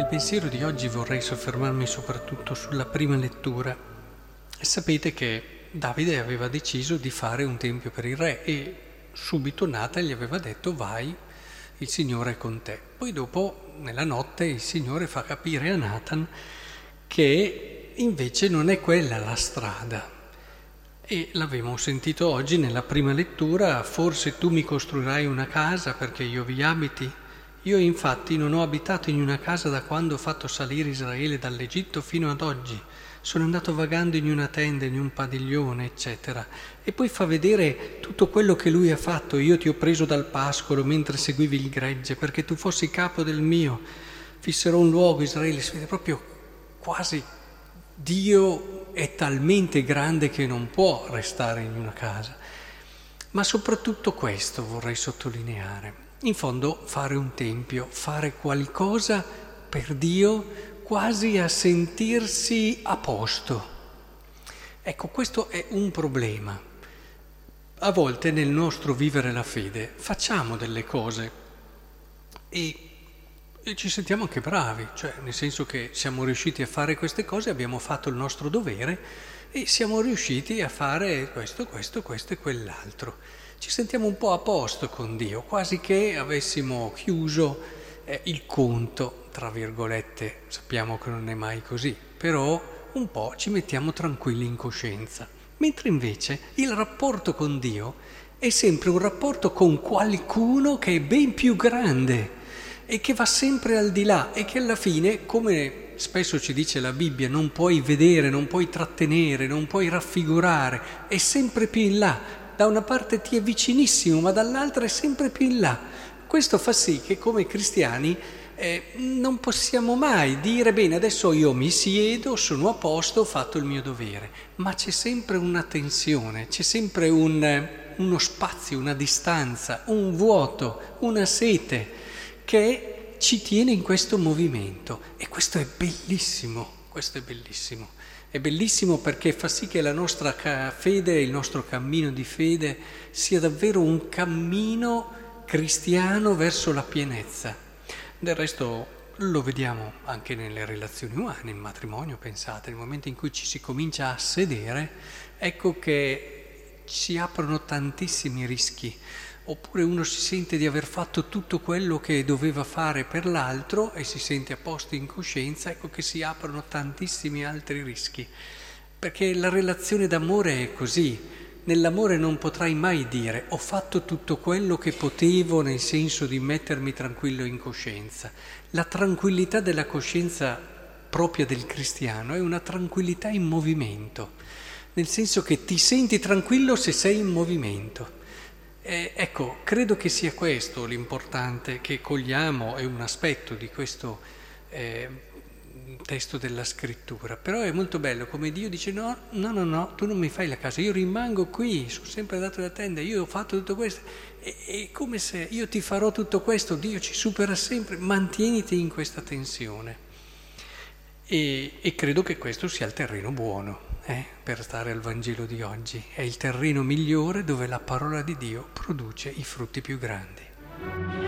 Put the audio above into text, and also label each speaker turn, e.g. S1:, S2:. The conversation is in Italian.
S1: pensiero di oggi vorrei soffermarmi soprattutto sulla prima lettura. Sapete che Davide aveva deciso di fare un tempio per il re e subito Natan gli aveva detto vai, il Signore è con te. Poi dopo, nella notte, il Signore fa capire a Natan che invece non è quella la strada. E l'abbiamo sentito oggi nella prima lettura, forse tu mi costruirai una casa perché io vi abiti. Io infatti non ho abitato in una casa da quando ho fatto salire Israele dall'Egitto fino ad oggi. Sono andato vagando in una tenda, in un padiglione, eccetera. E poi fa vedere tutto quello che lui ha fatto. Io ti ho preso dal pascolo mentre seguivi il gregge perché tu fossi capo del mio. Fisserò un luogo, Israele, si vede proprio quasi Dio è talmente grande che non può restare in una casa. Ma soprattutto questo vorrei sottolineare. In fondo fare un tempio, fare qualcosa per Dio quasi a sentirsi a posto. Ecco, questo è un problema. A volte nel nostro vivere la fede facciamo delle cose e ci sentiamo anche bravi, cioè nel senso che siamo riusciti a fare queste cose, abbiamo fatto il nostro dovere e siamo riusciti a fare questo e quell'altro. Ci sentiamo un po' a posto con Dio, quasi che avessimo chiuso il conto, tra virgolette. Sappiamo che non è mai così, però un po' ci mettiamo tranquilli in coscienza. Mentre invece il rapporto con Dio è sempre un rapporto con qualcuno che è ben più grande e che va sempre al di là e che alla fine, come spesso ci dice la Bibbia, non puoi vedere, non puoi trattenere, non puoi raffigurare, è sempre più in là. Da una parte ti è vicinissimo, ma dall'altra è sempre più in là. Questo fa sì che come cristiani non possiamo mai dire bene, adesso io mi siedo, sono a posto, ho fatto il mio dovere. Ma c'è sempre una tensione, c'è sempre uno spazio, una distanza, un vuoto, una sete che ci tiene in questo movimento. E questo è bellissimo, questo è bellissimo. È bellissimo perché fa sì che la nostra fede, il nostro cammino di fede sia davvero un cammino cristiano verso la pienezza. Del resto lo vediamo anche nelle relazioni umane, in matrimonio, pensate, nel momento in cui ci si comincia a sedere, ecco che si aprono tantissimi rischi. Oppure uno si sente di aver fatto tutto quello che doveva fare per l'altro e si sente a posto in coscienza, ecco che si aprono tantissimi altri rischi. Perché la relazione d'amore è così. Nell'amore non potrai mai dire ho fatto tutto quello che potevo nel senso di mettermi tranquillo in coscienza. La tranquillità della coscienza propria del cristiano è una tranquillità in movimento, nel senso che ti senti tranquillo se sei in movimento. Ecco, credo che sia questo l'importante che cogliamo, è un aspetto di questo testo della scrittura, però è molto bello come Dio dice no, tu non mi fai la casa, io rimango qui, sono sempre dato la tenda, io ho fatto tutto questo, è come se io ti farò tutto questo, Dio ci supera sempre, mantieniti in questa tensione. E credo che questo sia il terreno buono per stare al Vangelo di oggi. È il terreno migliore dove la parola di Dio produce i frutti più grandi.